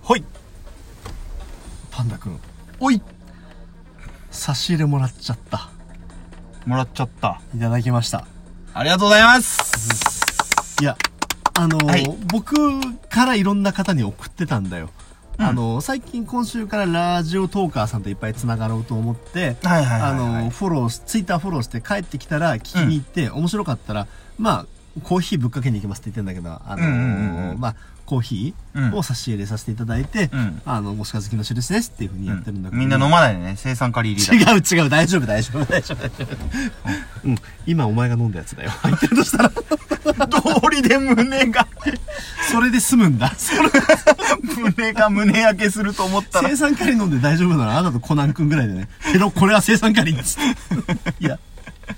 ほい。 パンダくん、 おい。 差し入れもらっちゃった。 もらっちゃった。 いただきました。 ありがとうございます。 いや、 はい、 僕からいろんな方に送ってたんだよ。最近今週からラジオトーカーさんといっぱい繋がろうと思って、 はいはいはいはい、 フォロー、ツイッターフォローして帰ってきたら聞きに行って、面白かったら、まあ、コーヒーぶっかけに行きますって言ってんだけど、まあ、コーヒーを差し入れさせていただいて、お近づきの印ですっていう風にやってるんだけど。 みんな飲まないでね、生産カリーリーだ。 違う、大丈夫。今お前が飲んだやつだよ。入ってるとしたら。 道理で胸が。 それで済むんだ。 胸が胸焼けすると思ったら。 生産カリー飲んで大丈夫なら、あなたとコナン君ぐらいでね。けど、これは生産カリーです。いや。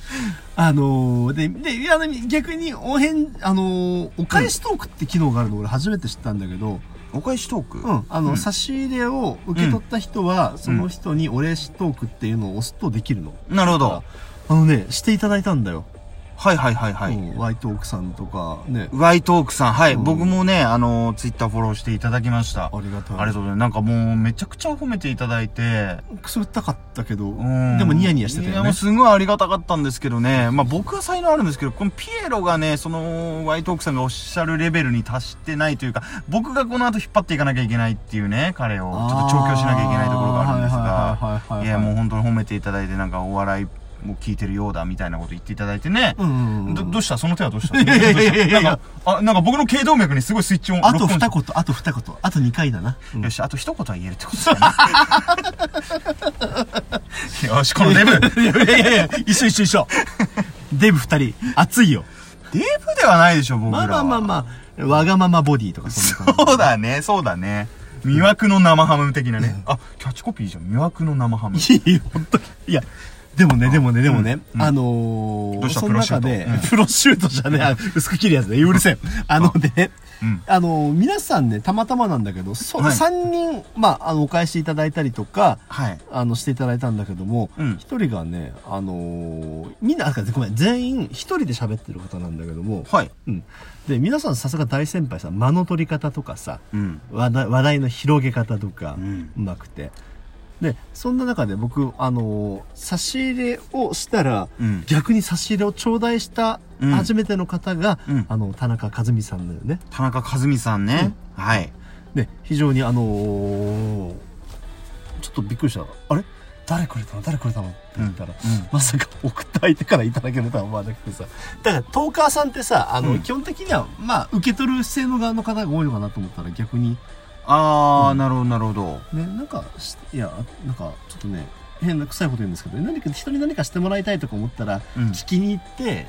逆にお返しトークって機能があるの俺初めて知ったんだけど。 お返しトーク？ 差し入れを受け取った人は、その人にお礼しトークっていうのを押すとできるの。 なるほど。 していただいたんだよ。 はい。 ワイトークさんとかね。 ワイトークさん、はい。僕もね、ツイッターフォローしていただきました。 ありがとう。 ありがとうございます。なんかもう、めちゃくちゃ褒めていただいて。 くすぐったかったけど、でもニヤニヤしてたよね。 いや、もうすごいありがたかったんですけどね。まあ僕は才能あるんですけど、このピエロがね、その、ワイトークさんがおっしゃるレベルに達してないというか、僕がこの後引っ張っていかなきゃいけないっていうね、彼を、ちょっと調教しなきゃいけないところがあるんですが、いや、もう本当に褒めていただいて、なんかお笑い、もう聞いてるようだみたいなこと言っていただいてね。どうしたその手はどうした？いやなんか僕の頸動脈にすごいスイッチを。 あと二言、あと2回だな。 よし、あと一言は言えるってことだね。よし、このデブ。 いや、一緒。デブ2人、熱いよ。 デブではないでしょ、僕らは。 まあ、わがままボディとかそんな感じ。そうだね。魅惑の生ハム的なね。あ、キャッチコピーじゃん。魅惑の生ハム。 いや、ほんと。いや。でもね、その中で、プロシュートじゃね、薄く切るやつね、うるせえ。皆さんね、たまたまなんだけど、3人、お返しいただいたりとか、していただいたんだけども、1人がね、みんな、ごめん、全員1人で喋ってる方なんだけども、で、皆さんさすが大先輩さ、間の取り方とかさ、話題の広げ方とか、うまくて、で、そんな中で僕、差し入れをしたら、逆に差し入れを頂戴した初めての方が、田中和美さんだよね。 田中和美さんね。はい。 で、非常にちょっとびっくりした。あれ誰くれたのって言ったら、まさか送った相手からいただけるとは思わなくてさ。だから、トーカーさんってさ、基本的には、受け取る性の側の方が多いのかなと思ったら逆に、 なるほど。 ね、ちょっとね、変な臭いこと言うんですけど、人に何かしてもらいたいとか思ったら、聞きに行って、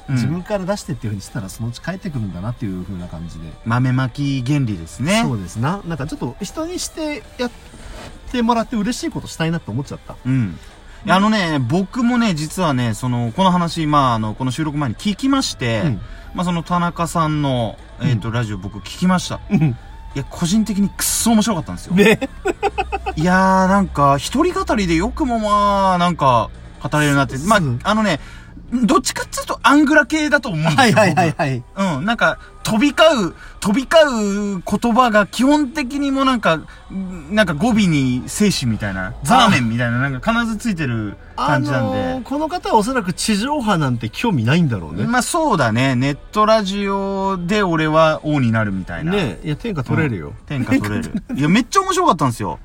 自分から出してっていう風にしたら、そのうち帰ってくるんだなっていう風な感じで。 豆まき原理ですね。 そうですな。ちょっと人にしてやってもらって嬉しいことしたいなって思っちゃった。 僕もね、実はね、この話、この収録前に聞きまして、その田中さんの、ラジオ僕聞きました。いや、個人的にくっそ面白かったんですよ。ね。いやー、なんか、一人語りでよくも語れるなって。どっちかっていうとアングラ系だと思うんですよ。 はい。 なんか、飛び交う言葉が基本的にもなんか語尾に精子みたいな、ザーメンみたいな、必ずついてる感じなんで。 この方はおそらく地上波なんて興味ないんだろうね。 そうだね。ネットラジオで俺は王になるみたいな。 ね、いや、天下取れるよ。 天下取れる。いや、めっちゃ面白かったんですよ。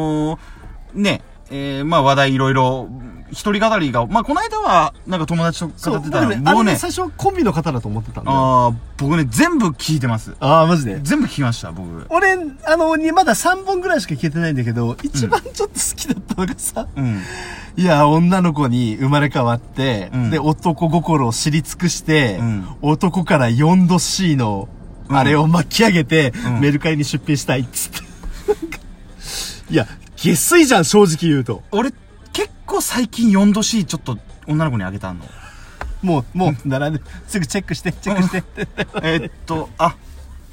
話題いろいろ、一人語りが、この間は、友達と語ってたの。 僕ね、最初コンビの方だと思ってたんだよ。 僕ね、全部聞いてます。 マジで全部聞きました、僕。 俺、まだ3本ぐらいしか聞いてないんだけど、一番ちょっと好きだったのがさ、いや、女の子に生まれ変わって、で、男心を知り尽くして、男から4度 C の、あれを巻き上げて、メルカリに出品したいっつって。いや、下水じゃん、正直言うと。 俺、結構最近4度 C ちょっと女の子にあげたの。 もう、並んで、すぐチェックして。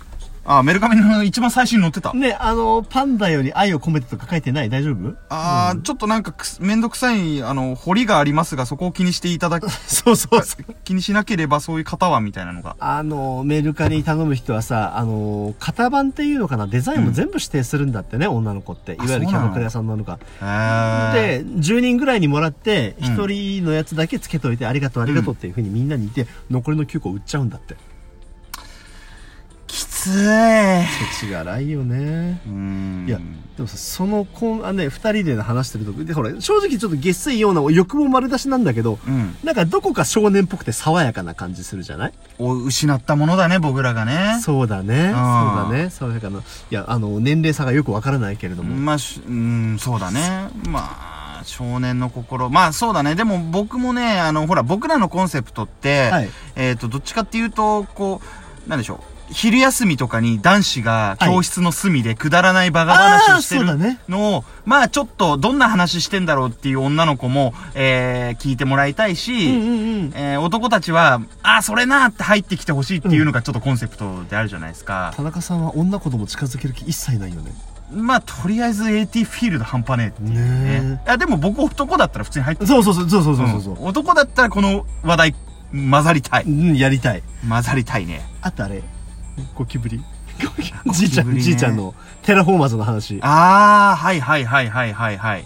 メルカリの一番最初に載ってた。 ね、パンダより愛を込めてとか書いてない？大丈夫？ ちょっとなんかめんどくさい、彫りがありますが、そこを気にしていただき、 そうそうそう。 気にしなければそういう方は、みたいなのが。 メルカリに頼む人はさ、型番っていうのかな、デザインも全部指定するんだってね、女の子って。いわゆるキャバクラ屋さんなのか。で、10人ぐらいにもらって、1人のやつだけつけといて、ありがとうありがとうっていう風にみんなに言って、残りの9個売っちゃうんだって。 きつい。 世知辛いよね。いや、でもさ、二人で話してるときで、ほら、正直ちょっと下水ような欲望丸出しなんだけど、なんかどこか少年っぽくて爽やかな感じするじゃない？ 失ったものだね、僕らがね。 そうだね。そうだね。爽やかな。いや、年齢差がよくわからないけれども。 まあ、そうだね。まあ、少年の心。まあ、そうだね。でも僕もね、ほら、僕らのコンセプトって、どっちかっていうと、こう、なんでしょう。昼休みとかに男子が教室の隅でくだらないバカ話をしてるのを、まあちょっとどんな話してんだろうっていう女の子も、聞いてもらいたいし、男たちは、それなーって入ってきてほしいっていうのがちょっとコンセプトであるじゃないですか。 田中さんは女子供近づける気一切ないよね。 まあとりあえず AT フィールド半端ねえっていうね。でも僕男だったら普通に入ってる。 そう。 男だったらこの話題混ざりたい。 やりたい。 混ざりたいね。 あとあれ。ゴキブリじいちゃんのテラフォーマーズの話。 はい。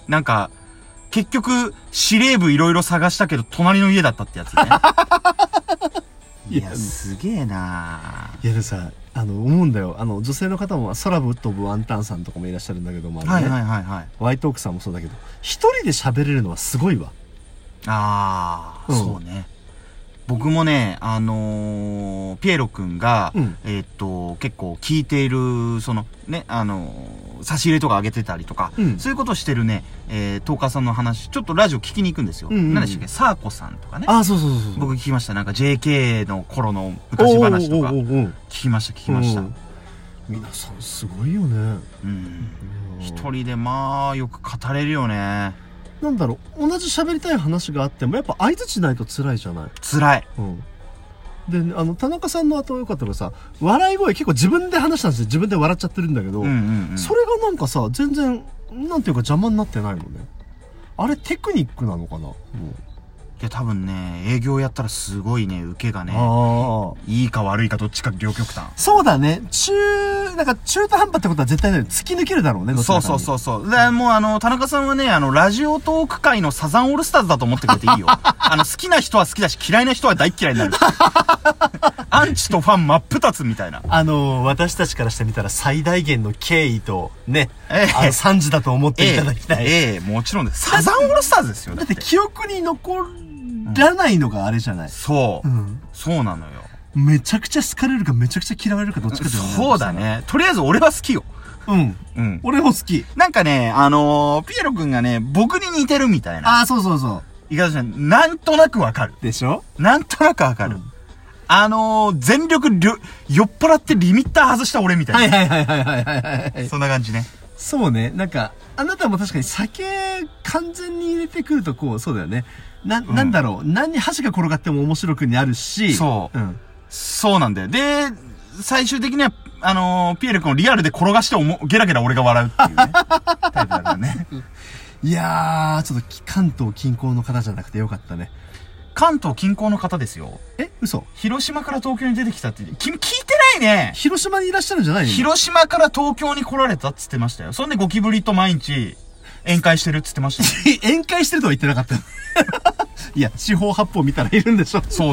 なんか、結局、司令部いろいろ探したけど、隣の家だったってやつね。いや、すげえないやでさ、思うんだよ。女性の方も、空ぶ飛ぶワンタンさんとかもいらっしゃるんだけども、ワイトークさんもそうだけど、一人で喋れるのはすごいわ。 そうね。僕もね、ピエロくんが、結構聞いている、差し入れとかあげてたりとか、そういうことしてるね、トーカーさんの話、ちょっとラジオ聞きに行くんですよ。何でしたっけ、サーコさんとかね。 そう。 僕聞きました。なんか JK の頃の昔話とか、聞きました。 皆さんすごいよね。 一人でまあ、よく語れるよね。 なんだろう、同じ喋りたい話があっても、やっぱ相槌ないと辛いじゃない？ 辛い。 で、田中さんの後よかったらさ、笑い声結構自分で話したんですよ。自分で笑っちゃってるんだけど、それがなんかさ、全然、なんていうか邪魔になってないのね。あれテクニックなのかな？ いや、多分ね、営業やったらすごいね、受けがね、いいか悪いかどっちか両極端。 そうだね。なんか中途半端ってことは絶対ない。突き抜けるだろうね、 そう。で、もう田中さんはね、ラジオトーク界のサザンオールスターズだと思ってくれていいよ。好きな人は好きだし、嫌いな人は大嫌いになる。アンチとファン真っ二つみたいな。 私たちからしてみたら最大限の敬意と、ね、賛辞だと思っていただきたい。 もちろんです。サザンオールスターズですよ。 だって記憶に残らないのがあれじゃない。 そう。そうなのよ。 めちゃくちゃ好かれるかめちゃくちゃ嫌われるかどっちかってそうだね。とりあえず俺は好きよ。 俺も好き。 なんかね、ピエロくんがね、僕に似てるみたいな。 そう。 いかがじゃん。なんとなくわかる。 でしょ？ なんとなくわかる。全力酔っ払ってリミッター外した俺みたいな。 はい。 そんな感じね。 そうね。なんか、あなたも確かに酒完全に入れてくるとこう、そうだよね。なんだろう。箸が転がっても面白くなるし。 そう。そうなんだよ。で、最終的には、ピエール君をリアルで転がしてゲラゲラ俺が笑うっていうね。タイプだからね。 いやー、ちょっと関東近郊の方じゃなくてよかったね。 関東近郊の方ですよ。 嘘？ 広島から東京に出てきたって、君聞いてないね。 広島にいらっしゃるんじゃないの？ 広島から東京に来られたっつってましたよ。そんでゴキブリと毎日、宴会してるっつってましたよ。 宴会してるとは言ってなかった。いや、四方八方見たらいるんでしょ。 そう。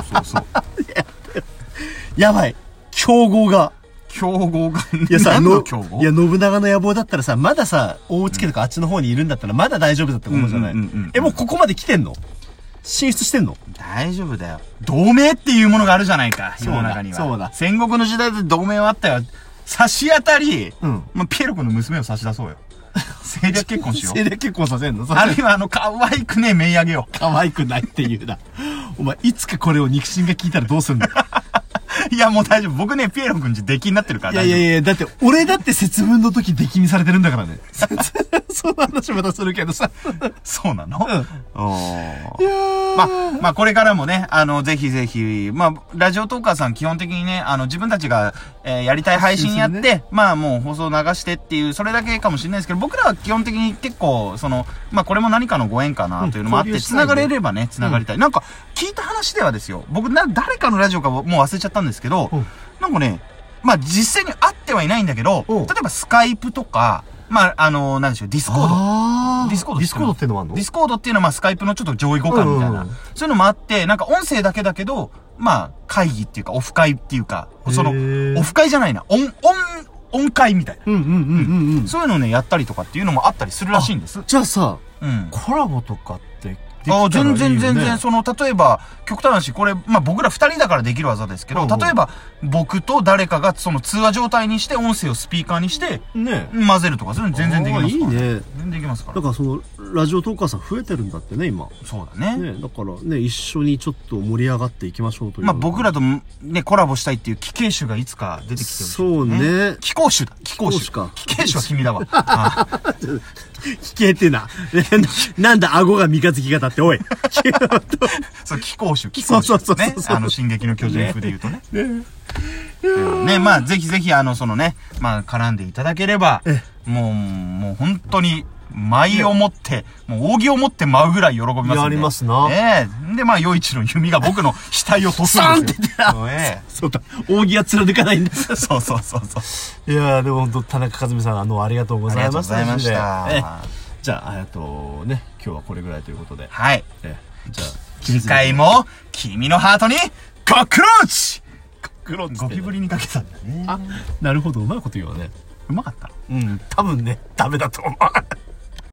やばい。競合が。 いやさ、いや、信長の野望だったらさ、まださ、大月とかあっちの方にいるんだったらまだ大丈夫だって思うじゃない。もうここまで来てんの？進出してんの？ 大丈夫だよ。同盟っていうものがあるじゃないか、世の中には。 そうだ。 戦国の時代で同盟はあったよ。差し当たり、ピエロ君の娘を差し出そうよ。政略結婚しよう。 政略結婚させんの？ あるいは可愛くね、めい上げよう。 可愛くないっていうな。お前、いつかこれを肉親が聞いたらどうすんの？ いや、もう大丈夫。僕ね、ピエロ君ち出禁になってるから。 いや、だって、俺だって節分の時出禁にされてるんだからね。 その話またするけどさ。 そうなの？まあ、これからもね、ぜひぜひ、まあ、ラジオトーカーさん基本的にね、自分たちが、やりたい配信やって、まあ、もう放送流してっていう、それだけかもしれないですけど、僕らは基本的に結構、まあ、これも何かのご縁かなというのもあって、繋がれればね、繋がりたい。なんか、聞いた話ではですよ、僕、誰かのラジオかもう忘れちゃったんですけど、なんかね、まあ、実際に会ってはいないんだけど、例えばスカイプとか、まあ、なんでしょう、ディスコード。ディスコードっていうのもあるの？ディスコードっていうのは、まあ、スカイプのちょっと上位互換みたいな。そういうのもあって、なんか音声だけだけど、まあ、会議っていうか、オフ会っていうか、オフ会じゃないな、音会みたいな。そういうのをね、やったりとかっていうのもあったりするらしいんです。 じゃあさ、コラボとかって、 全然、例えば、極端な話、これ、まあ僕ら二人だからできる技ですけど、例えば、僕と誰かが通話状態にして、音声をスピーカーにして、混ぜるとか、そういうの全然できますから。いいね。全然できますから。 だからラジオトーカーさん増えてるんだってね、今。 そうだね。 だからね、一緒にちょっと盛り上がっていきましょうという。 まあ僕らとね、コラボしたいっていう貴景種がいつか出てきてる。 そうね。 貴公種だ。貴公種か。貴景種は君だわ。 貴景ってな。なんだ、顎が三日月型って、おい。 そう、貴公種。貴公種。ね。進撃の巨人風で言うとね。ね、まあ、ぜひぜひ、まあ、絡んでいただければ、もう本当に、舞を持って、もう扇を持って舞うぐらい喜びますね。 やりますな。 で、まあ、余一の弓が僕の額を突するんですよ。 そうだ。扇は貫かないんです。 そう。 いやー、でも本当田中和美さん、ありがとうございました。 ありがとうございました。 じゃあ、ね、今日はこれぐらいということで。 はい。 じゃあ、 次回も、君のハートに、コックローチゴキブリにかけたんだね。 なるほど、うまいこと言うわね。 うまかった？ 多分ね、ダメだと思う。